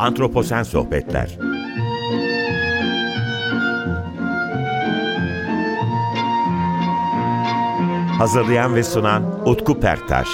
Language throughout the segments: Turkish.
Antroposen Sohbetler. Hazırlayan ve sunan Utku Perktaş.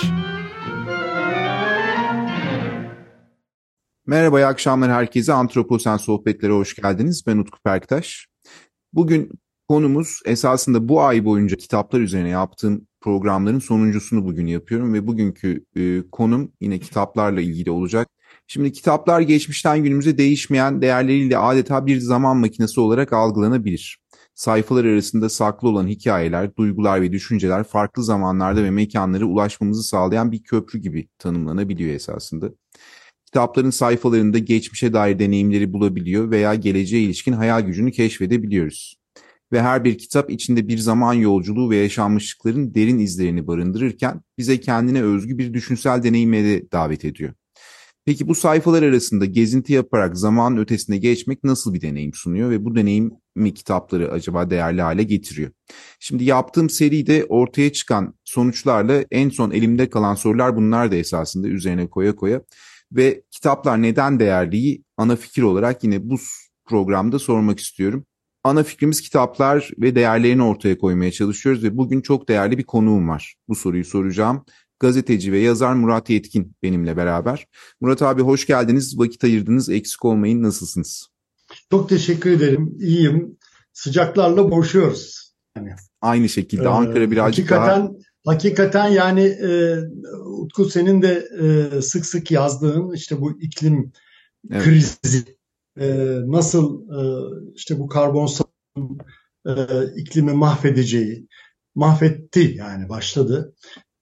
Merhaba, iyi akşamlar herkese. Antroposen Sohbetlere hoş geldiniz. Ben Utku Perktaş. Bugün konumuz esasında bu ay boyunca kitaplar üzerine yaptığım programların sonuncusunu bugün yapıyorum ve bugünkü konum yine kitaplarla ilgili olacak. Şimdi kitaplar geçmişten günümüze değişmeyen değerleriyle adeta bir zaman makinesi olarak algılanabilir. Sayfalar arasında saklı olan hikayeler, duygular ve düşünceler farklı zamanlarda ve mekanlara ulaşmamızı sağlayan bir köprü gibi tanımlanabiliyor esasında. Kitapların sayfalarında geçmişe dair deneyimleri bulabiliyor veya geleceğe ilişkin hayal gücünü keşfedebiliyoruz. Ve her bir kitap içinde bir zaman yolculuğu ve yaşanmışlıkların derin izlerini barındırırken bize kendine özgü bir düşünsel deneyime de davet ediyor. Peki bu sayfalar arasında gezinti yaparak zamanın ötesine geçmek nasıl bir deneyim sunuyor ve bu deneyim mi kitapları acaba değerli hale getiriyor? Şimdi yaptığım seride ortaya çıkan sonuçlarla en son elimde kalan sorular bunlar da esasında üzerine koya koya. Ve kitaplar neden değerliyi ana fikir olarak yine bu programda sormak istiyorum. Ana fikrimiz kitaplar ve değerlerini ortaya koymaya çalışıyoruz ve bugün çok değerli bir konuğum var. Bu soruyu soracağım. Gazeteci ve yazar Murat Yetkin benimle beraber. Murat abi hoş geldiniz, vakit ayırdınız, eksik olmayın, nasılsınız? Çok teşekkür ederim, iyiyim. Sıcaklarla boğuşuyoruz. Yani, aynı şekilde Ankara birazcık Hakikaten yani Utku senin de sık sık yazdığın işte bu iklim krizi nasıl işte bu karbon salınımı iklimi mahvetti yani başladı.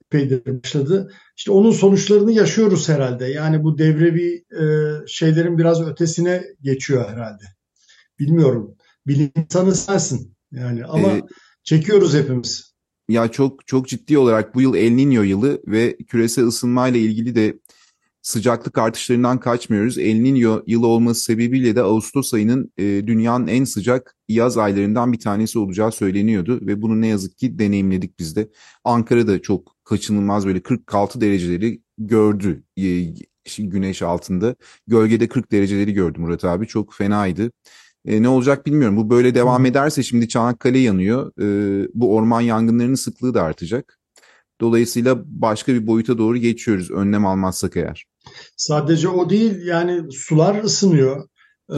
İşte onun sonuçlarını yaşıyoruz herhalde. Yani bu devrevi şeylerin biraz ötesine geçiyor herhalde. Bilmiyorum. Bilim insanı sensin yani ama çekiyoruz hepimiz. Ya çok ciddi olarak bu yıl El Niño yılı ve küresel ısınmayla ilgili de sıcaklık artışlarından kaçmıyoruz. El Niño yılı olması sebebiyle de Ağustos ayının dünyanın en sıcak yaz aylarından bir tanesi olacağı söyleniyordu ve bunu ne yazık ki deneyimledik biz de. Ankara'da çok kaçınılmaz böyle 46 dereceleri gördü güneş altında. Gölgede 40 dereceleri gördü Murat abi, çok fenaydı. Ne olacak bilmiyorum. Bu böyle devam ederse şimdi Çanakkale yanıyor. Bu orman yangınlarının sıklığı da artacak. Dolayısıyla başka bir boyuta doğru geçiyoruz önlem almazsak eğer. Sadece o değil yani sular ısınıyor.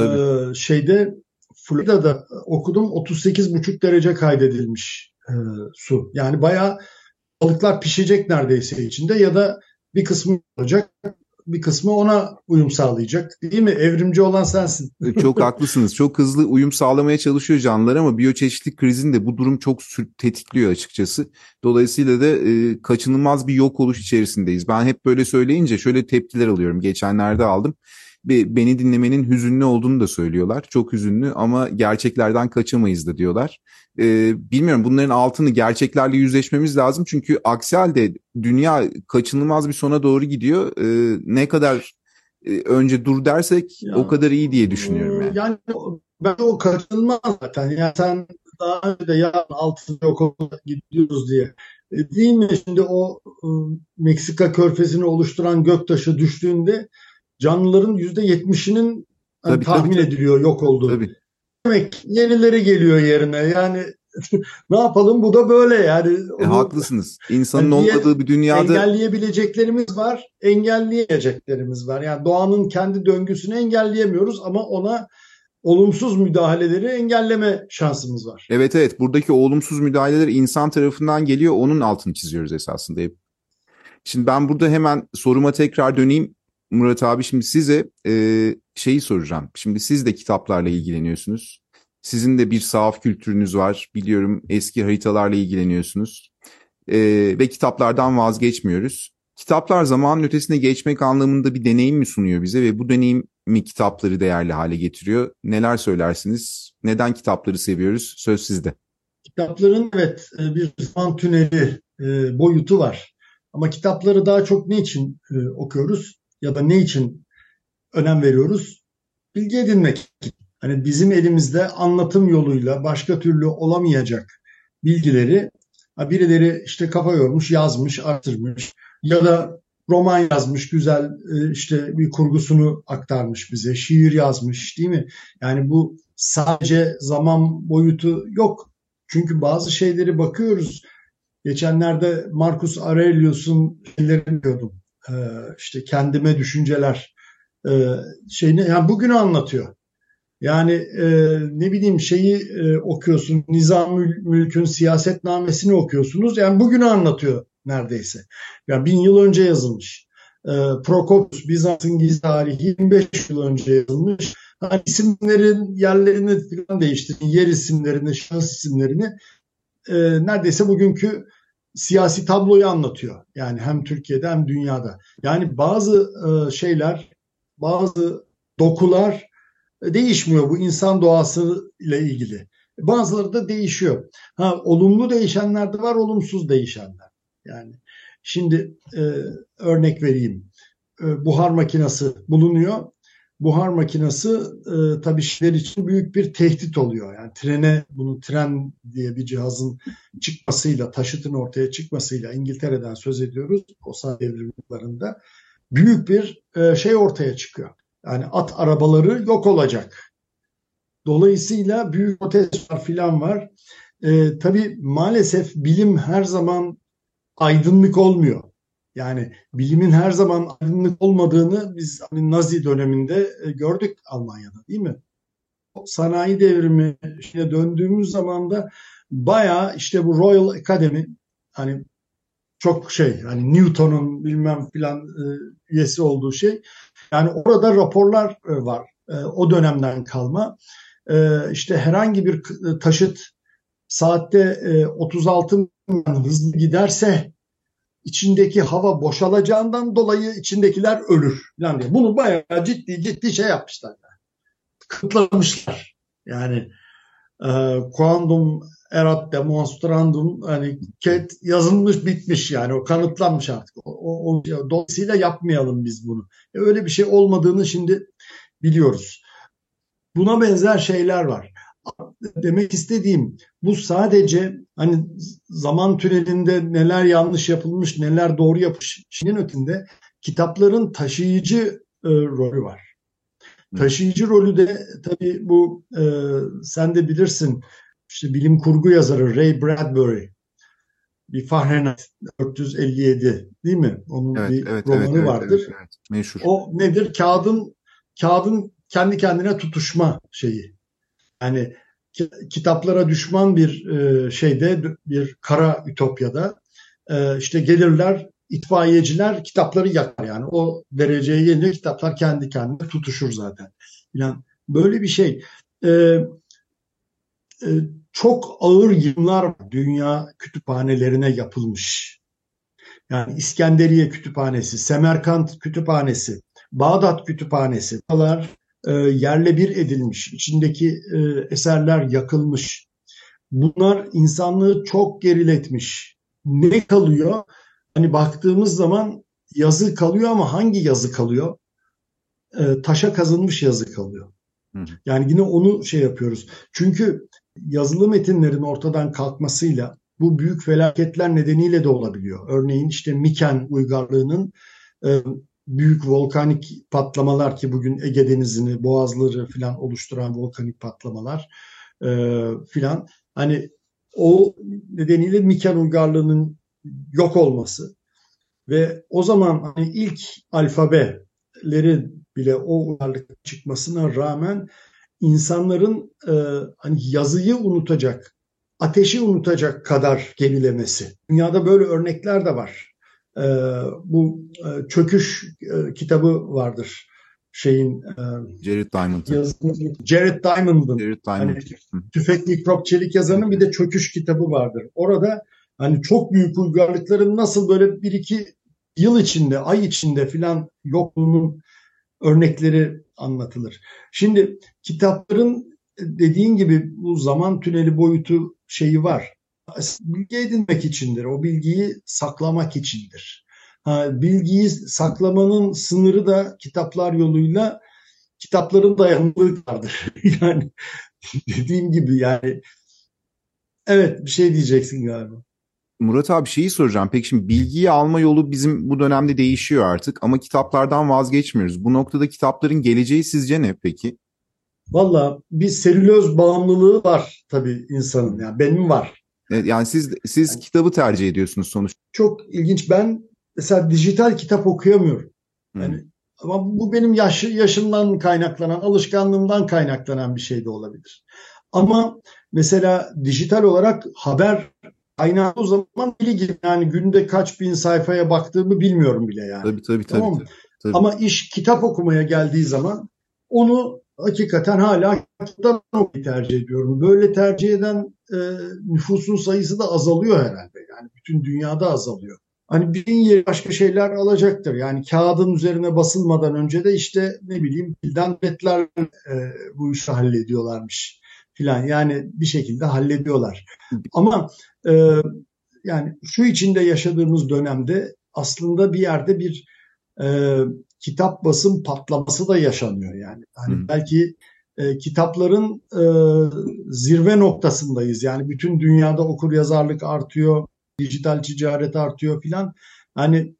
Florida'da okudum 38,5 derece kaydedilmiş su. Yani bayağı balıklar pişecek neredeyse içinde ya da bir kısmı olacak. Bir kısmı ona uyum sağlayacak. Değil mi? Evrimci olan sensin. Çok haklısınız. Çok hızlı uyum sağlamaya çalışıyor canlılar ama biyoçeşitlilik krizini de bu durum çok tetikliyor açıkçası. Dolayısıyla da kaçınılmaz bir yok oluş içerisindeyiz. Ben hep böyle söyleyince şöyle tepkiler alıyorum. Geçenlerde aldım. Beni dinlemenin hüzünlü olduğunu da söylüyorlar. Çok hüzünlü ama gerçeklerden kaçamayız da diyorlar. Bilmiyorum, bunların altını gerçeklerle yüzleşmemiz lazım. Çünkü aksi halde dünya kaçınılmaz bir sona doğru gidiyor. Ne kadar önce dur dersek o kadar iyi diye düşünüyorum yani. Yani ben o kaçınılmaz zaten. Yani sen daha önce de yarın altında yok gidiyoruz diye. Değil mi? Şimdi o Meksika körfezini oluşturan göktaşı düştüğünde canlıların %70'inin tahmin ediliyor yok olduğu. Tabii. Demek yenileri geliyor yerine. Yani ne yapalım, bu da böyle yani. Haklısınız. İnsanın olmadığı bir dünyada engelleyebileceklerimiz var, engelleyemeyeceklerimiz var. Yani doğanın kendi döngüsünü engelleyemiyoruz ama ona olumsuz müdahaleleri engelleme şansımız var. Evet, buradaki olumsuz müdahaleler insan tarafından geliyor. Onun altını çiziyoruz esasında hep. Şimdi ben burada hemen soruma tekrar döneyim. Murat abi, şimdi size şeyi soracağım. Şimdi siz de kitaplarla ilgileniyorsunuz. Sizin de bir sahaf kültürünüz var. Biliyorum, eski haritalarla ilgileniyorsunuz. Ve kitaplardan vazgeçmiyoruz. Kitaplar zamanın ötesine geçmek anlamında bir deneyim mi sunuyor bize ve bu deneyim mi kitapları değerli hale getiriyor? Neler söylersiniz? Neden kitapları seviyoruz? Söz sizde. Kitapların bir zaman tüneli boyutu var. Ama kitapları daha çok ne için okuyoruz ya da ne için önem veriyoruz? Bilgi edinmek. Hani bizim elimizde anlatım yoluyla başka türlü olamayacak bilgileri birileri işte kafa yormuş, yazmış, artırmış ya da roman yazmış, güzel işte bir kurgusunu aktarmış bize, şiir yazmış, değil mi? Yani bu sadece zaman boyutu yok. Çünkü bazı şeyleri bakıyoruz. Geçenlerde Marcus Aurelius'un şeylerini diyordum. İşte kendime düşünceler şeyini, yani bugünü anlatıyor. Yani ne bileyim şeyi okuyorsun, Nizam-ı Mülk'ün siyasetnamesini okuyorsunuz. Yani bugünü anlatıyor neredeyse. Yani 1000 yıl önce yazılmış. Prokopius, Bizans'ın gizli tarihi 25 yıl önce yazılmış. Hani isimlerin yerlerini falan değiştirin, yer isimlerini, şahıs isimlerini neredeyse bugünkü siyasi tabloyu anlatıyor. Yani hem Türkiye'de hem dünyada. Yani bazı şeyler, bazı dokular değişmiyor, bu insan doğası ile ilgili. Bazıları da değişiyor. Ha, olumlu değişenler de var, olumsuz değişenler. Yani şimdi örnek vereyim. Buhar makinesi bulunuyor. Buhar makinesi tabii şeyler için büyük bir tehdit oluyor. Yani bunun tren diye bir cihazın çıkmasıyla, taşıtın ortaya çıkmasıyla, İngiltere'den söz ediyoruz. O sanayi devrimi yıllarında büyük bir şey ortaya çıkıyor. Yani at arabaları yok olacak. Dolayısıyla büyük protestler falan var. Tabii maalesef bilim her zaman aydınlık olmuyor. Yani bilimin her zaman aydınlık olmadığını biz hani Nazi döneminde gördük Almanya'da, değil mi? Sanayi devrimi döndüğümüz zaman da bayağı işte bu Royal Academy, hani çok şey, hani Newton'un bilmem filan üyesi olduğu şey. Yani orada raporlar var. O dönemden kalma. İşte herhangi bir taşıt saatte 36 milyon hızlı giderse içindeki hava boşalacağından dolayı içindekiler ölür falan diye. Bunu bayağı ciddi şey yapmışlar. Kıtlamışlar. Yani quantum erat demonstrandum, hani yazılmış bitmiş, yani o kanıtlanmış artık. Dolayısıyla yapmayalım biz bunu. Öyle bir şey olmadığını şimdi biliyoruz. Buna benzer şeyler var. Demek istediğim bu sadece hani zaman tünelinde neler yanlış yapılmış, neler doğru yapılmış, şeyin ötesinde kitapların taşıyıcı rolü var. Taşıyıcı rolü de tabii bu sen de bilirsin, işte bilim kurgu yazarı Ray Bradbury, bir Fahrenheit 457, değil mi? Onun bir romanı vardır. Evet, meşhur. O nedir? Kağıdın kendi kendine tutuşma şeyi. Yani kitaplara düşman bir şeyde, bir kara ütopyada işte gelirler itfaiyeciler, kitapları yakar, yani o dereceye gelince kitaplar kendi kendine tutuşur zaten. Yani böyle bir şey. Çok ağır yığınlar dünya kütüphanelerine yapılmış. Yani İskenderiye Kütüphanesi, Semerkant Kütüphanesi, Bağdat Kütüphanesi, buralar yerle bir edilmiş. İçindeki eserler yakılmış. Bunlar insanlığı çok geriletmiş. Ne kalıyor? Hani baktığımız zaman yazı kalıyor, ama hangi yazı kalıyor? Taşa kazınmış yazı kalıyor. Yani yine onu şey yapıyoruz. Çünkü yazılı metinlerin ortadan kalkmasıyla bu büyük felaketler nedeniyle de olabiliyor. Örneğin işte Miken uygarlığının büyük volkanik patlamalar, ki bugün Ege Denizi'ni, boğazları filan oluşturan volkanik patlamalar filan, hani o nedeniyle Miken uygarlığının yok olması ve o zaman hani ilk alfabeleri bile o uygarlık çıkmasına rağmen insanların hani yazıyı unutacak, ateşi unutacak kadar gerilemesi. Dünyada böyle örnekler de var. Bu Çöküş kitabı vardır. Jared Diamond'ın hani Tüfek, Mikrop, Çelik yazarının bir de Çöküş kitabı vardır. Orada hani çok büyük uygarlıkların nasıl böyle bir iki yıl içinde, ay içinde filan yokluğunun örnekleri anlatılır. Şimdi kitapların dediğin gibi bu zaman tüneli boyutu şeyi var. Bilgi edinmek içindir. O bilgiyi saklamak içindir. Bilgiyi saklamanın sınırı da kitaplar yoluyla kitapların dayanıklılığı vardır. Yani dediğim gibi, yani evet, bir şey diyeceksin galiba. Murat abi şeyi soracağım. Peki şimdi bilgiyi alma yolu bizim bu dönemde değişiyor artık ama kitaplardan vazgeçmiyoruz. Bu noktada kitapların geleceği sizce ne peki? Valla bir selüloz bağımlılığı var tabii insanın. Yani benim var. Yani siz Yani kitabı tercih ediyorsunuz sonuçta. çok ilginç. Ben mesela dijital kitap okuyamıyorum. Hı, Yani ama bu benim yaşımdan kaynaklanan, alışkanlığımdan kaynaklanan bir şey de olabilir. Ama mesela dijital olarak haber kaynağı o zaman deli gibi, yani günde kaç bin sayfaya baktığımı bilmiyorum bile yani. tabii tabii tabii Tamam mı? tabii. Tabii. Ama iş kitap okumaya geldiği zaman onu hakikaten hala kitaptan okumayı tercih ediyorum. Böyle tercih eden nüfusun sayısı da azalıyor herhalde. Yani bütün dünyada azalıyor. Hani birin yeri başka şeyler alacaktır. Yani kağıdın üzerine basılmadan önce de işte ne bileyim pilden petler bu işi hallediyorlarmış filan. Yani bir şekilde hallediyorlar. Ama e, yani şu içinde yaşadığımız dönemde aslında bir yerde bir e, kitap basım patlaması da yaşanıyor yani. Hı, Hani belki kitapların zirve noktasındayız. Yani bütün dünyada okuryazarlık artıyor, dijital ticaret artıyor filan. Hani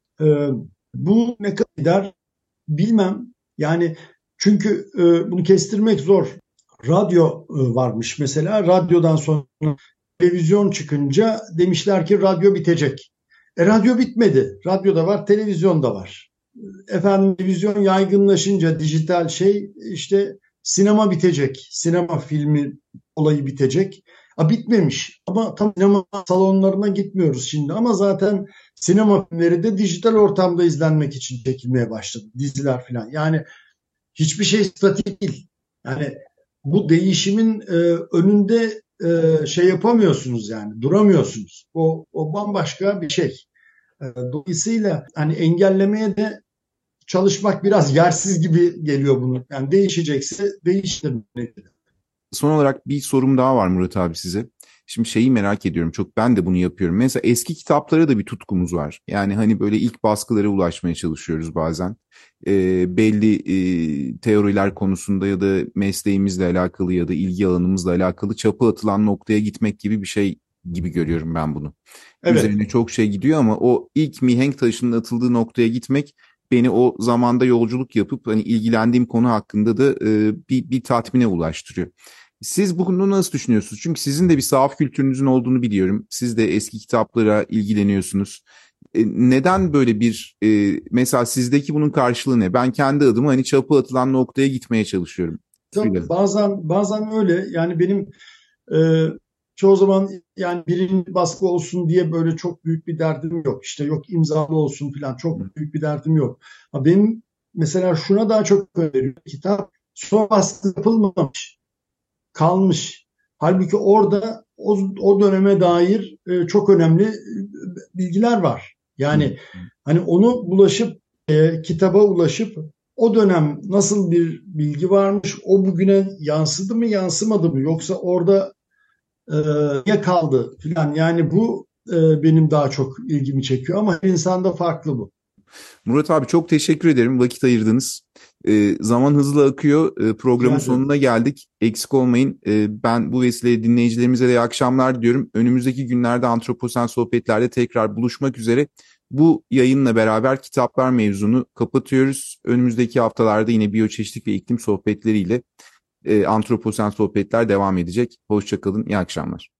bu ne kadar gider bilmem. Yani çünkü bunu kestirmek zor. Radyo varmış mesela. Radyodan sonra televizyon çıkınca demişler ki radyo bitecek. Radyo bitmedi. Radyo da var, televizyon da var. Efendim televizyon yaygınlaşınca dijital şey işte sinema bitecek. Sinema filmi olayı bitecek. Bitmemiş. Ama tam sinema salonlarına gitmiyoruz şimdi. Ama zaten sinema filmleri de dijital ortamda izlenmek için çekilmeye başladı. Diziler falan. Yani hiçbir şey statik değil. Yani bu değişimin önünde şey yapamıyorsunuz yani duramıyorsunuz. O bambaşka bir şey. Dolayısıyla hani engellemeye de çalışmak biraz yersiz gibi geliyor bunu. Yani değişecekse değiştirmek. son olarak bir sorum daha var Murat abi size. Şimdi şeyi merak ediyorum. Çok ben de bunu yapıyorum. Mesela eski kitaplara da bir tutkumuz var. Yani hani böyle ilk baskılara ulaşmaya çalışıyoruz bazen. Belli teoriler konusunda ya da mesleğimizle alakalı ya da ilgi alanımızla alakalı çapı atılan noktaya gitmek gibi bir şey gibi görüyorum ben bunu. Evet. Üzerine çok şey gidiyor ama o ilk mihenk taşının atıldığı noktaya gitmek beni o zamanda yolculuk yapıp hani ilgilendiğim konu hakkında da bir tatmine ulaştırıyor. Siz bunu nasıl düşünüyorsunuz? Çünkü sizin de bir sahaf kültürünüzün olduğunu biliyorum. Siz de eski kitaplara ilgileniyorsunuz. Neden böyle bir mesela sizdeki bunun karşılığı ne? Ben kendi adıma hani çapı atılan noktaya gitmeye çalışıyorum. Tabii bazen öyle. Yani benim e, çoğu zaman yani birinin baskı olsun diye böyle çok büyük bir derdim yok. İşte yok imzalı olsun falan, çok büyük bir derdim yok. Benim mesela şuna daha çok öneriyorum. Kitap son baskı yapılmamış, kalmış. Halbuki orada o döneme dair çok önemli bilgiler var. Yani hani onu bulaşıp kitaba ulaşıp o dönem nasıl bir bilgi varmış, o bugüne yansıdı mı yansımadı mı, yoksa orada niye kaldı filan. Yani bu benim daha çok ilgimi çekiyor ama her insanda farklı bu. Murat abi çok teşekkür ederim. Vakit ayırdınız. Zaman hızlı akıyor. Programın Rica ederim. sonuna geldik. Eksik olmayın. Ben bu vesileyle dinleyicilerimize de iyi akşamlar diliyorum. Önümüzdeki günlerde Antroposen Sohbetler'de tekrar buluşmak üzere. Bu yayınla beraber kitaplar mevzunu kapatıyoruz. Önümüzdeki haftalarda yine biyoçeşitlik ve iklim sohbetleriyle Antroposen Sohbetler devam edecek. Hoşça kalın, iyi akşamlar.